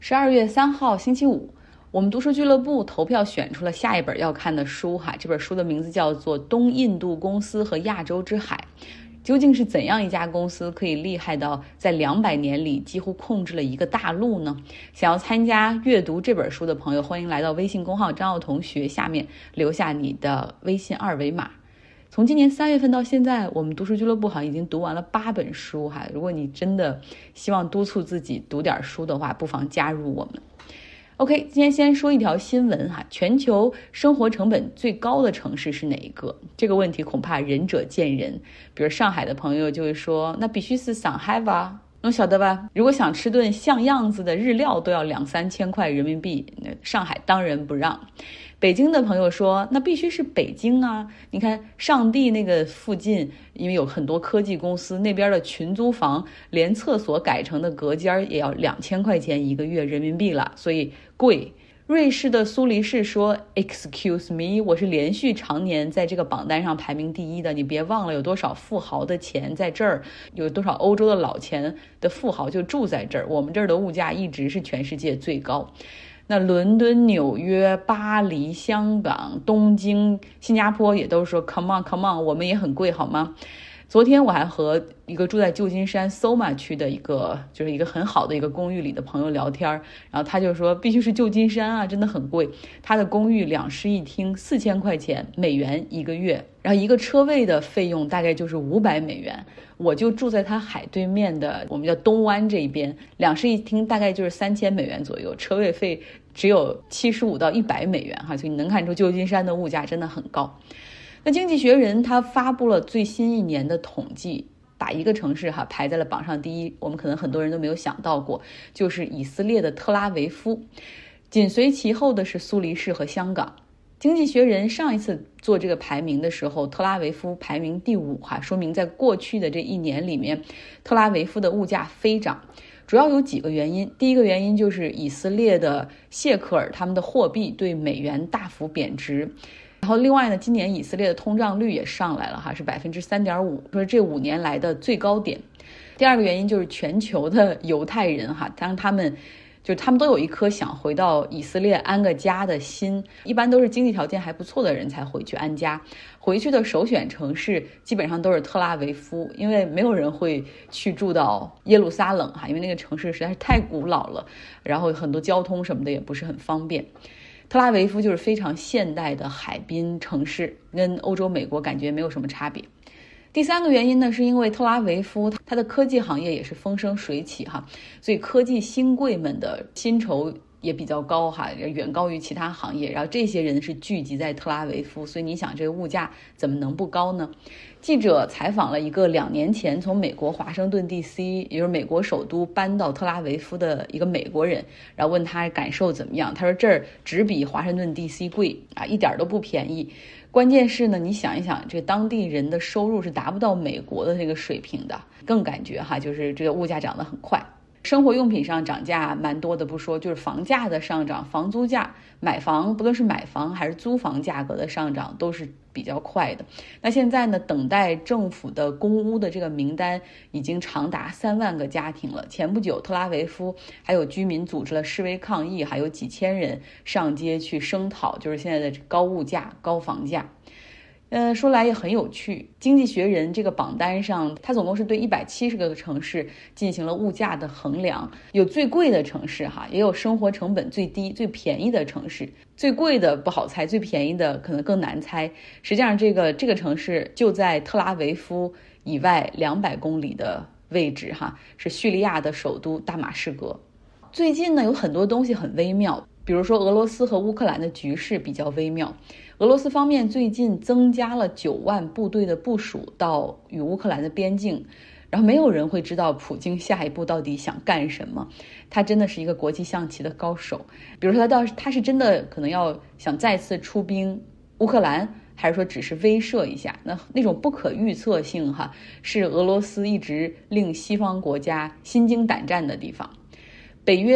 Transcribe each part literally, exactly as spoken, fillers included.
十二月三号星期五，我们读书俱乐部投票选出了下一本要看的书哈。这本书的名字叫做《东印度公司和亚洲之海》。究竟是怎样一家公司可以厉害到在两百年里几乎控制了一个大陆呢？想要参加阅读这本书的朋友，欢迎来到微信公号张奥同学下面留下你的微信二维码。从今年三月份到现在，我们读书俱乐部好像已经读完了八本书哈。如果你真的希望督促自己读点书的话，不妨加入我们。OK， 今天先说一条新闻哈，全球生活成本最高的城市是哪一个？这个问题恐怕仁者见仁。比如上海的朋友就会说，那必须是上海吧。能晓得吧？如果想吃顿像样子的日料都要两三千块人民币，那上海当仁不让。北京的朋友说，那必须是北京啊！你看上地那个附近，因为有很多科技公司，那边的群租房连厕所改成的隔间也要两千块钱一个月人民币了，所以贵。瑞士的苏黎世说 Excuse me， 我是连续常年在这个榜单上排名第一的，你别忘了有多少富豪的钱在这儿，有多少欧洲的老钱的富豪就住在这儿，我们这儿的物价一直是全世界最高。那伦敦、纽约、巴黎、香港、东京、新加坡也都说 Come on Come on， 我们也很贵好吗？昨天我还和一个住在旧金山 Soma 区的一个就是一个很好的一个公寓里的朋友聊天，然后他就说必须是旧金山啊，真的很贵。他的公寓两室一厅四千块钱美元一个月，然后一个车位的费用大概就是五百美元。我就住在他海对面的我们叫东湾这一边，两室一厅大概就是三千美元左右，车位费只有七十五到一百美元哈，所以你能看出旧金山的物价真的很高。那经济学人他发布了最新一年的统计，把一个城市哈排在了榜上第一，我们可能很多人都没有想到过，就是以色列的特拉维夫，紧随其后的是苏黎世和香港。经济学人上一次做这个排名的时候，特拉维夫排名第五哈，说明在过去的这一年里面，特拉维夫的物价飞涨。主要有几个原因，第一个原因就是以色列的谢克尔他们的货币对美元大幅贬值。然后另外呢，今年以色列的通胀率也上来了哈，是百分之三点五，说这五年来的最高点。第二个原因就是全球的犹太人哈，当他们就他们都有一颗想回到以色列安个家的心，一般都是经济条件还不错的人才回去安家。回去的首选城市基本上都是特拉维夫，因为没有人会去住到耶路撒冷哈，因为那个城市实在是太古老了，然后很多交通什么的也不是很方便。特拉维夫就是非常现代的海滨城市，跟欧洲美国感觉没有什么差别。第三个原因呢，是因为特拉维夫它的科技行业也是风生水起哈，所以科技新贵们的薪酬也比较高哈，远高于其他行业，然后这些人是聚集在特拉维夫，所以你想这个物价怎么能不高呢？记者采访了一个两年前从美国华盛顿 D C， 也就是美国首都搬到特拉维夫的一个美国人，然后问他感受怎么样，他说这儿只比华盛顿 D C 贵啊，一点都不便宜。关键是呢，你想一想，这个当地人的收入是达不到美国的这个水平的，更感觉哈，就是这个物价涨得很快。生活用品上涨价蛮多的不说，就是房价的上涨，房租价，买房不论是买房还是租房价格的上涨都是比较快的。那现在呢，等待政府的公屋的这个名单已经长达三万个家庭了。前不久特拉维夫还有居民组织了示威抗议，还有几千人上街去声讨就是现在的高物价高房价。呃，说来也很有趣，经济学人这个榜单上，它总共是对一百七十个城市进行了物价的衡量，有最贵的城市哈，也有生活成本最低最便宜的城市。最贵的不好猜，最便宜的可能更难猜。实际上这个这个城市就在特拉维夫以外两百公里的位置哈，是叙利亚的首都大马士革。最近呢有很多东西很微妙，比如说俄罗斯和乌克兰的局势比较微妙。俄罗斯方面最近增加了九万部队的部署到与乌克兰的边境，然后没有人会知道普京下一步到底想干什么。他真的是一个国际象棋的高手，比如说他到他是真的可能要想再次出兵乌克兰，还是说只是威慑一下，那那种不可预测性哈，是俄罗斯一直令西方国家心惊胆战的地方。北约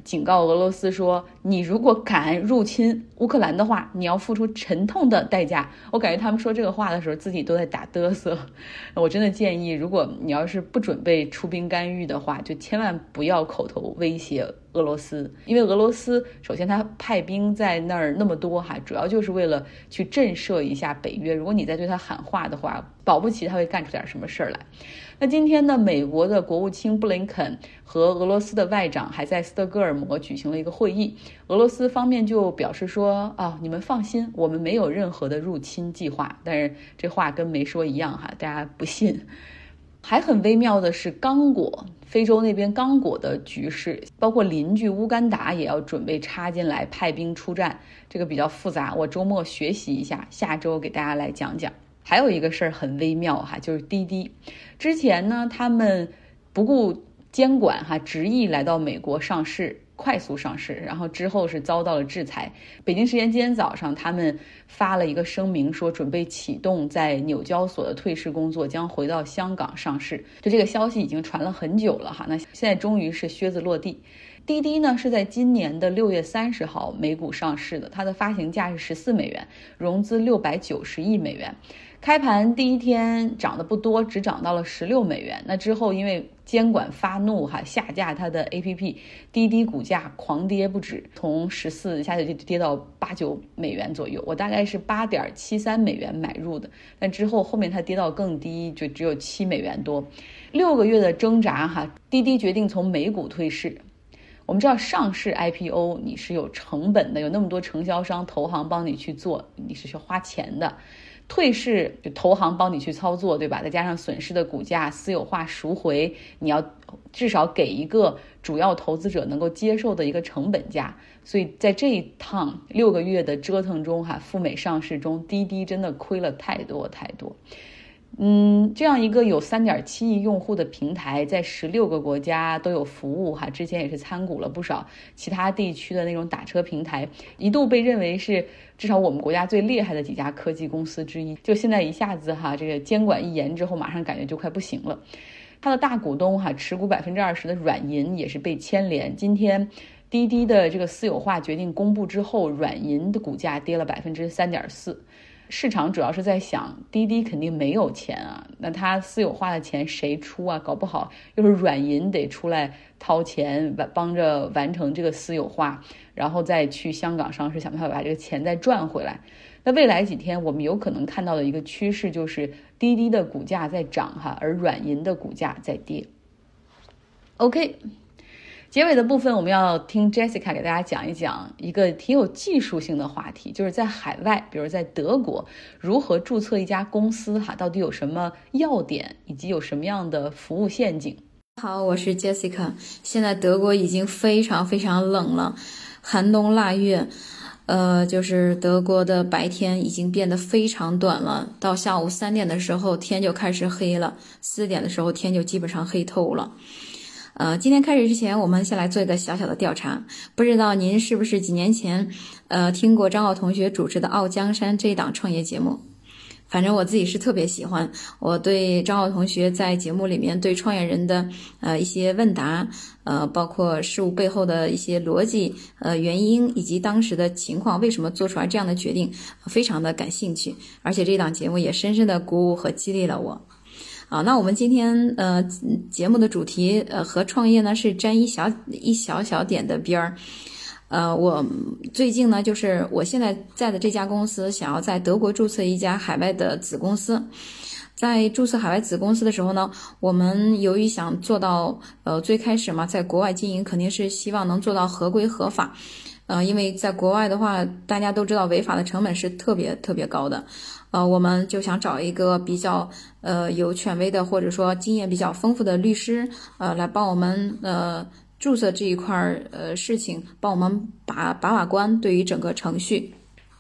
警告俄罗斯说，你如果敢入侵乌克兰的话，你要付出沉痛的代价。我感觉他们说这个话的时候自己都在打嘚瑟。我真的建议，如果你要是不准备出兵干预的话，就千万不要口头威胁俄罗斯，因为俄罗斯首先他派兵在那儿那么多哈，主要就是为了去震慑一下北约。如果你再对他喊话的话，保不齐他会干出点什么事儿来。那今天呢，美国的国务卿布林肯和俄罗斯的外长还在斯德哥尔摩举行了一个会议，俄罗斯方面就表示说啊，你们放心，我们没有任何的入侵计划。但是这话跟没说一样哈，大家不信。还很微妙的是刚果，非洲那边刚果的局势，包括邻居乌干达也要准备插进来派兵出战，这个比较复杂，我周末学习一下，下周给大家来讲讲。还有一个事儿很微妙哈，就是滴滴，之前呢他们不顾监管哈，执意来到美国上市，快速上市，然后之后是遭到了制裁。北京时间今天早上，他们发了一个声明，说准备启动在纽交所的退市工作，将回到香港上市。就这个消息已经传了很久了哈，那现在终于是靴子落地。滴滴呢是在今年的六月三十号美股上市的，它的发行价是十四美元，融资六百九十亿美元。开盘第一天涨得不多，只涨到了十六美元。那之后因为监管发怒哈，下架它的 A P P， 滴滴股价狂跌不止，从十四一下就跌到八九美元左右。我大概是八点七三美元买入的，但之后后面它跌到更低，就只有七美元多。六个月的挣扎哈，滴滴决定从美股退市。我们知道上市 I P O 你是有成本的，有那么多承销商投行帮你去做，你是需要花钱的。退市就投行帮你去操作，对吧？再加上损失的股价私有化赎回，你要至少给一个主要投资者能够接受的一个成本价。所以在这一趟六个月的折腾中哈，赴美上市中，滴滴真的亏了太多太多。嗯，这样一个有 三点七亿用户的平台，在十六个国家都有服务哈，之前也是参股了不少其他地区的那种打车平台，一度被认为是至少我们国家最厉害的几家科技公司之一。就现在一下子哈，这个监管一严之后，马上感觉就快不行了。它的大股东哈，持股百分之二十的软银也是被牵连。今天滴滴的这个私有化决定公布之后，软银的股价跌了百分之三点四。市场主要是在想，滴滴肯定没有钱啊，那它私有化的钱谁出啊？搞不好又是软银得出来掏钱，帮着完成这个私有化，然后再去香港上市，想办法把这个钱再赚回来。那未来几天我们有可能看到的一个趋势就是滴滴的股价在涨哈，而软银的股价在跌。OK。结尾的部分我们要听 Jessica 给大家讲一讲一个挺有技术性的话题，就是在海外，比如在德国，如何注册一家公司哈，到底有什么要点，以及有什么样的服务陷阱。 好，我是 Jessica。现在德国已经非常非常冷了，寒冬腊月，呃，就是德国的白天已经变得非常短了，到下午三点的时候天就开始黑了，四点的时候天就基本上黑透了。呃，今天开始之前，我们先来做一个小小的调查。不知道您是不是几年前，呃，听过张傲同学主持的《傲江山》这一档创业节目？反正我自己是特别喜欢。我对张傲同学在节目里面对创业人的呃一些问答，呃，包括事物背后的一些逻辑、呃原因以及当时的情况，为什么做出来这样的决定，非常的感兴趣。而且这档节目也深深的鼓舞和激励了我。好，那我们今天呃节目的主题呃和创业呢是沾一小一小小点的边儿。呃，我最近呢就是我现在在的这家公司想要在德国注册一家海外的子公司。在注册海外子公司的时候呢，我们由于想做到呃最开始嘛，在国外经营肯定是希望能做到合规合法。呃，因为在国外的话，大家都知道违法的成本是特别特别高的。呃，我们就想找一个比较呃有权威的，或者说经验比较丰富的律师，呃，来帮我们呃注册这一块呃事情，帮我们把把把关对于整个程序。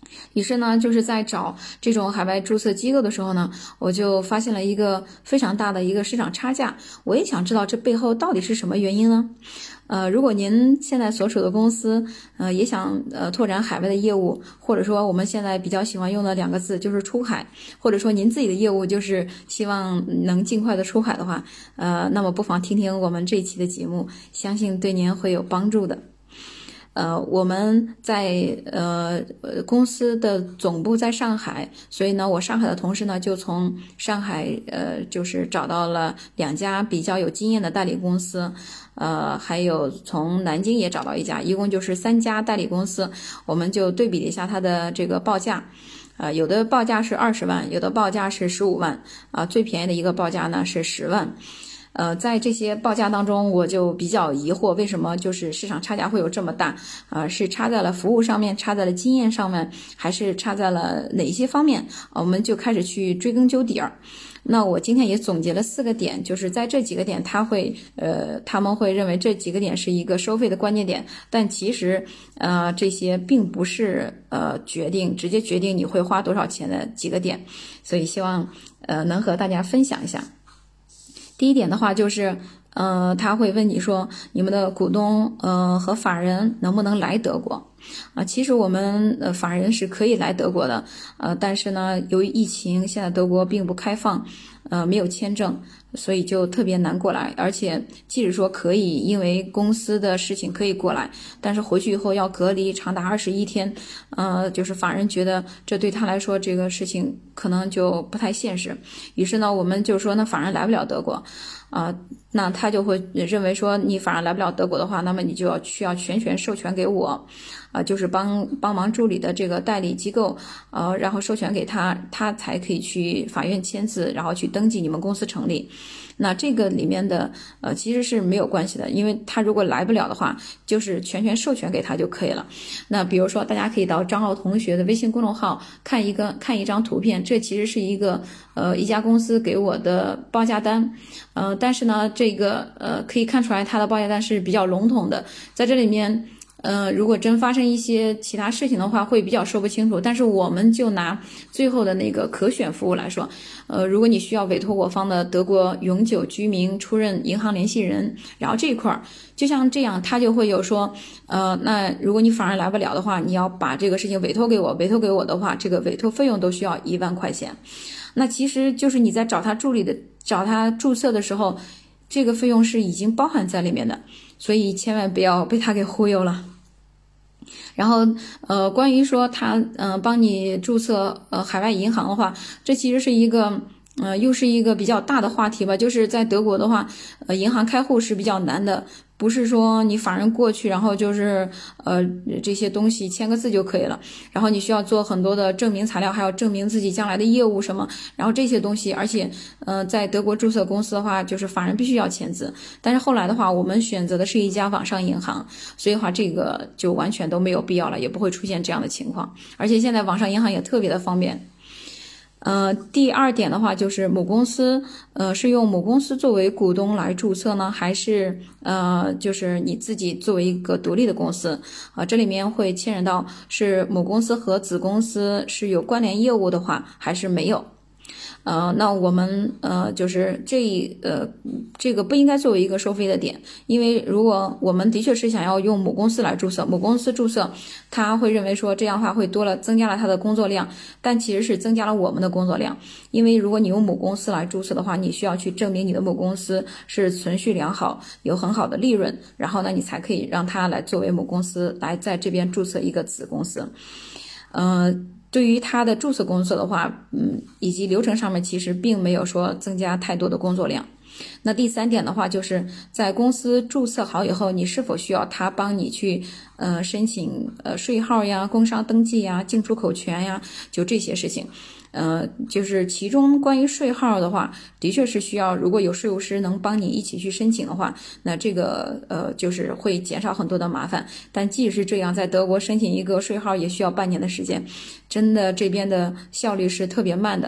于是呢，就是在找这种海外注册机构的时候呢，我就发现了一个非常大的一个市场差价。我也想知道这背后到底是什么原因呢？呃，如果您现在所属的公司，呃，也想呃拓展海外的业务，或者说我们现在比较喜欢用的两个字就是出海，或者说您自己的业务就是希望能尽快的出海的话，呃，那么不妨听听我们这一期的节目，相信对您会有帮助的。呃，我们在呃公司的总部在上海，所以呢，我上海的同事呢就从上海呃就是找到了两家比较有经验的代理公司，呃，还有从南京也找到一家，一共就是三家代理公司，我们就对比了一下它的这个报价。呃，有的报价是二十万，有的报价是十五万，啊、呃，最便宜的一个报价呢是十万。呃，在这些报价当中，我就比较疑惑，为什么就是市场差价会有这么大？啊、呃，是差在了服务上面，差在了经验上面，还是差在了哪些方面？我们就开始去追根究底儿。那我今天也总结了四个点，就是在这几个点，他会呃他们会认为这几个点是一个收费的关键点，但其实呃这些并不是呃决定直接决定你会花多少钱的几个点，所以希望呃能和大家分享一下。第一点的话就是，呃，他会问你说，你们的股东呃和法人能不能来德国？啊，其实我们呃法人是可以来德国的，呃，但是呢，由于疫情，现在德国并不开放，呃，没有签证，所以就特别难过来。而且，即使说可以，因为公司的事情可以过来，但是回去以后要隔离长达二十一天，呃，就是法人觉得这对他来说这个事情可能就不太现实。于是呢，我们就说，那法人来不了德国。啊、呃，那他就会认为说，你反而来不了德国的话，那么你就要需要全权授权给我，啊、呃，就是帮帮忙助理的这个代理机构，呃，然后授权给他，他才可以去法院签字，然后去登记你们公司成立。那这个里面的呃其实是没有关系的，因为他如果来不了的话，就是全权授权给他就可以了。那比如说，大家可以到张浩同学的微信公众号看一个看一张图片，这其实是一个呃一家公司给我的报价单，呃，但是呢，这个呃可以看出来它的报价单是比较笼统的，在这里面。呃，如果真发生一些其他事情的话，会比较说不清楚。但是我们就拿最后的那个可选服务来说，呃，如果你需要委托我方的德国永久居民出任银行联系人，然后这一块儿就像这样，他就会有说，呃，那如果你反而来不了的话，你要把这个事情委托给我，委托给我的话，这个委托费用都需要一万块钱。那其实就是你在找他助理的、找他注册的时候，这个费用是已经包含在里面的，所以千万不要被他给忽悠了。然后，呃，关于说他，嗯、呃，帮你注册呃海外银行的话，这其实是一个，呃，又是一个比较大的话题吧。就是在德国的话，呃，银行开户是比较难的，不是说你法人过去，然后就是呃这些东西签个字就可以了。然后你需要做很多的证明材料，还要证明自己将来的业务什么，然后这些东西，而且，呃，在德国注册公司的话，就是法人必须要签字。但是后来的话，我们选择的是一家网上银行，所以的话这个就完全都没有必要了，也不会出现这样的情况。而且现在网上银行也特别的方便。呃，第二点的话就是母公司，呃，是用母公司作为股东来注册呢，还是呃，就是你自己作为一个独立的公司？啊、呃，这里面会牵扯到是母公司和子公司是有关联业务的话，还是没有？呃，那我们呃就是这呃这个不应该作为一个收费的点，因为如果我们的确是想要用母公司来注册，母公司注册，他会认为说这样的话会多了增加了他的工作量，但其实是增加了我们的工作量，因为如果你用母公司来注册的话，你需要去证明你的母公司是存续良好，有很好的利润，然后呢你才可以让他来作为母公司来在这边注册一个子公司，呃。对于他的注册公司的话，嗯，以及流程上面其实并没有说增加太多的工作量。那第三点的话，就是在公司注册好以后，你是否需要他帮你去呃申请呃税号呀、工商登记呀、进出口权呀，就这些事情。呃，就是其中关于税号的话，的确是需要，如果有税务师能帮你一起去申请的话，那这个呃就是会减少很多的麻烦。但即使是这样，在德国申请一个税号也需要半年的时间，真的这边的效率是特别慢的。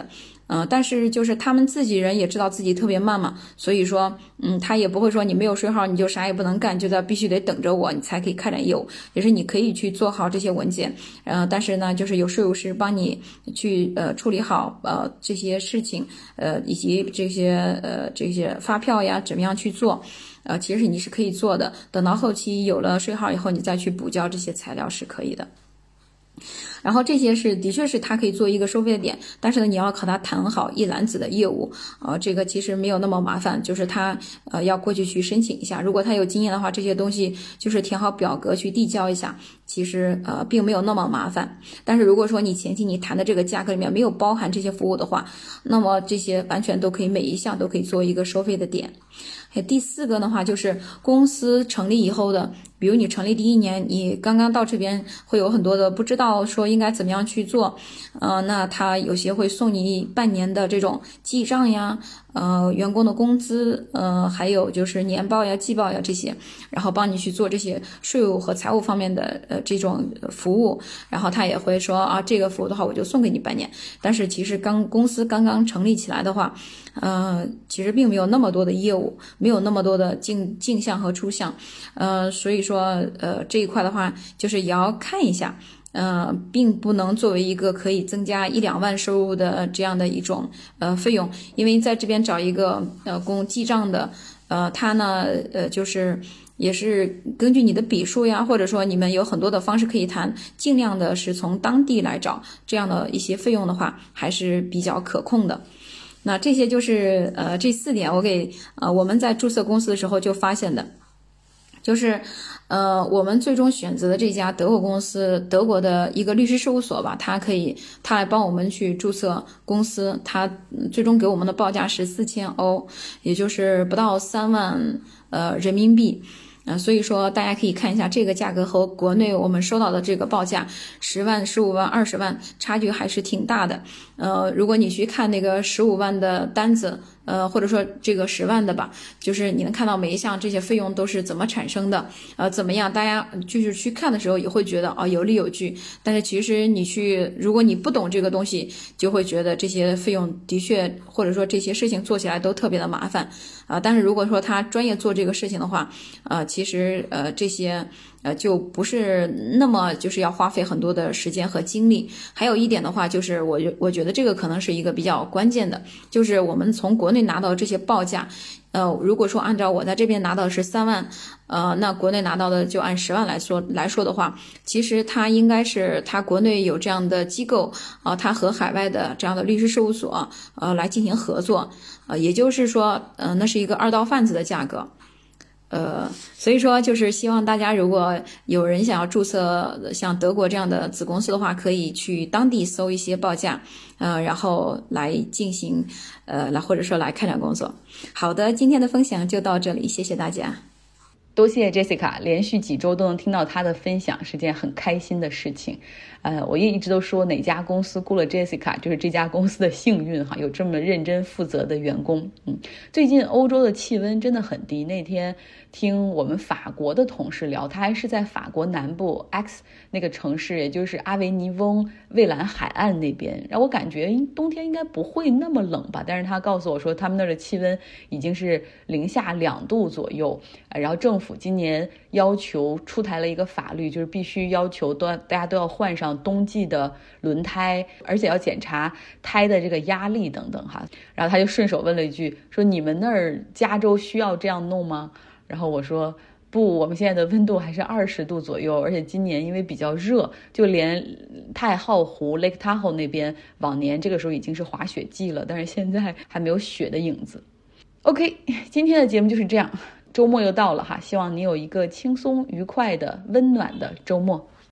嗯、呃，但是就是他们自己人也知道自己特别慢嘛，所以说，嗯，他也不会说你没有税号你就啥也不能干，就在必须得等着我你才可以开展业务，也是你可以去做好这些文件，呃，但是呢，就是有税务师帮你去呃处理好呃这些事情，呃，以及这些呃这些发票呀怎么样去做。呃，其实你是可以做的，等到后期有了税号以后，你再去补交这些材料是可以的。然后这些是的确是它可以做一个收费的点，但是呢，你要和他谈好一揽子的业务，呃，这个其实没有那么麻烦，就是他呃要过去去申请一下，如果他有经验的话，这些东西就是填好表格去递交一下，其实呃并没有那么麻烦。但是如果说你前期你谈的这个价格里面没有包含这些服务的话，那么这些完全都可以每一项都可以做一个收费的点。还有第四个的话，就是公司成立以后的，比如你成立第一年，你刚刚到这边会有很多的不知道说应该怎么样去做，呃，那他有些会送你半年的这种记账呀，呃，员工的工资，呃，还有就是年报呀、季报呀这些，然后帮你去做这些税务和财务方面的呃这种服务，然后他也会说啊，这个服务的话我就送给你半年，但是其实刚公司刚刚成立起来的话，呃，其实并没有那么多的业务，没有那么多的进进项和出项，呃，所以说呃这一块的话，就是也要看一下。呃，并不能作为一个可以增加一两万收入的这样的一种呃费用，因为在这边找一个呃供记账的，呃，他呢呃就是也是根据你的笔数呀，或者说你们有很多的方式可以谈，尽量的是从当地来找，这样的一些费用的话还是比较可控的。那这些就是呃这四点我给呃我们在注册公司的时候就发现的。就是呃，我们最终选择的这家德国公司，德国的一个律师事务所吧，它可以，它来帮我们去注册公司，它最终给我们的报价是四千欧，也就是不到三万呃人民币。呃，所以说大家可以看一下这个价格和国内我们收到的这个报价十万、十五万、二十万差距还是挺大的。呃，如果你去看那个十五万的单子，呃，或者说这个十万的吧，就是你能看到每一项这些费用都是怎么产生的，呃，怎么样？大家就是去看的时候也会觉得啊、哦、有理有据，但是其实你去，如果你不懂这个东西，就会觉得这些费用的确，或者说这些事情做起来都特别的麻烦啊、呃。但是如果说他专业做这个事情的话，呃，其实呃这些。呃，就不是那么就是要花费很多的时间和精力。还有一点的话，就是我我觉得这个可能是一个比较关键的，就是我们从国内拿到这些报价，呃，如果说按照我在这边拿到的是三万，呃，那国内拿到的就按十万来说来说的话，其实它应该是它国内有这样的机构啊、呃，它和海外的这样的律师事务所呃来进行合作，呃，也就是说，呃，那是一个二道贩子的价格。呃，所以说就是希望大家如果有人想要注册像德国这样的子公司的话，可以去当地搜一些报价，呃，然后来进行，呃，来或者说来开展工作。好的，今天的分享就到这里，谢谢大家。 多谢 Jessica， 连续几周都能听到她的分享，是件很开心的事情。呃，我也一直都说哪家公司雇了 Jessica， 就是这家公司的幸运哈，有这么认真负责的员工。嗯，最近欧洲的气温真的很低。那天听我们法国的同事聊，他还是在法国南部 X 那个城市，也就是阿维尼翁蔚蓝海岸那边，让我感觉冬天应该不会那么冷吧。但是他告诉我说，他们那儿的气温已经是零下两度左右。然后政府今年要求出台了一个法律，就是必须要求都大家都要换上冬季的轮胎，而且要检查胎的这个压力等等哈。然后他就顺手问了一句，说你们那儿加州需要这样弄吗？然后我说不，我们现在的温度还是二十度左右，而且今年因为比较热，就连太浩湖 Lake Tahoe 那边往年这个时候已经是滑雪季了，但是现在还没有雪的影子。OK， 今天的节目就是这样，周末又到了哈，希望你有一个轻松愉快的温暖的周末。